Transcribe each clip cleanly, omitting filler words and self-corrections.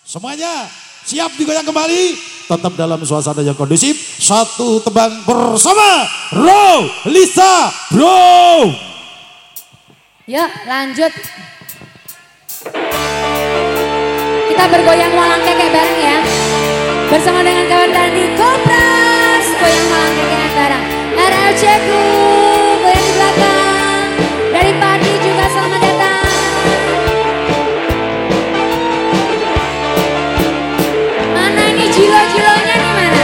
Semuanya siap digoyang kembali. Tetap dalam suasana yang kondusif. Satu tebang bersama Rolisa Bro. Yuk lanjut. Kita bergoyang walang kekek bareng ya. Bersama dengan kawan Dandi Kopras. Goyang walang kekek bareng. RLC ku goyang di belakang. Dari Padi juga selamat datang. Mana ini jilo-jilonya nih mana?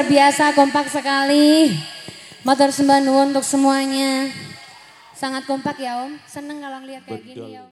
biasa, kompak sekali. Matur sembah nuwun untuk semuanya. Sangat kompak ya Om, seneng kalau ngeliat kayak gini ya Om.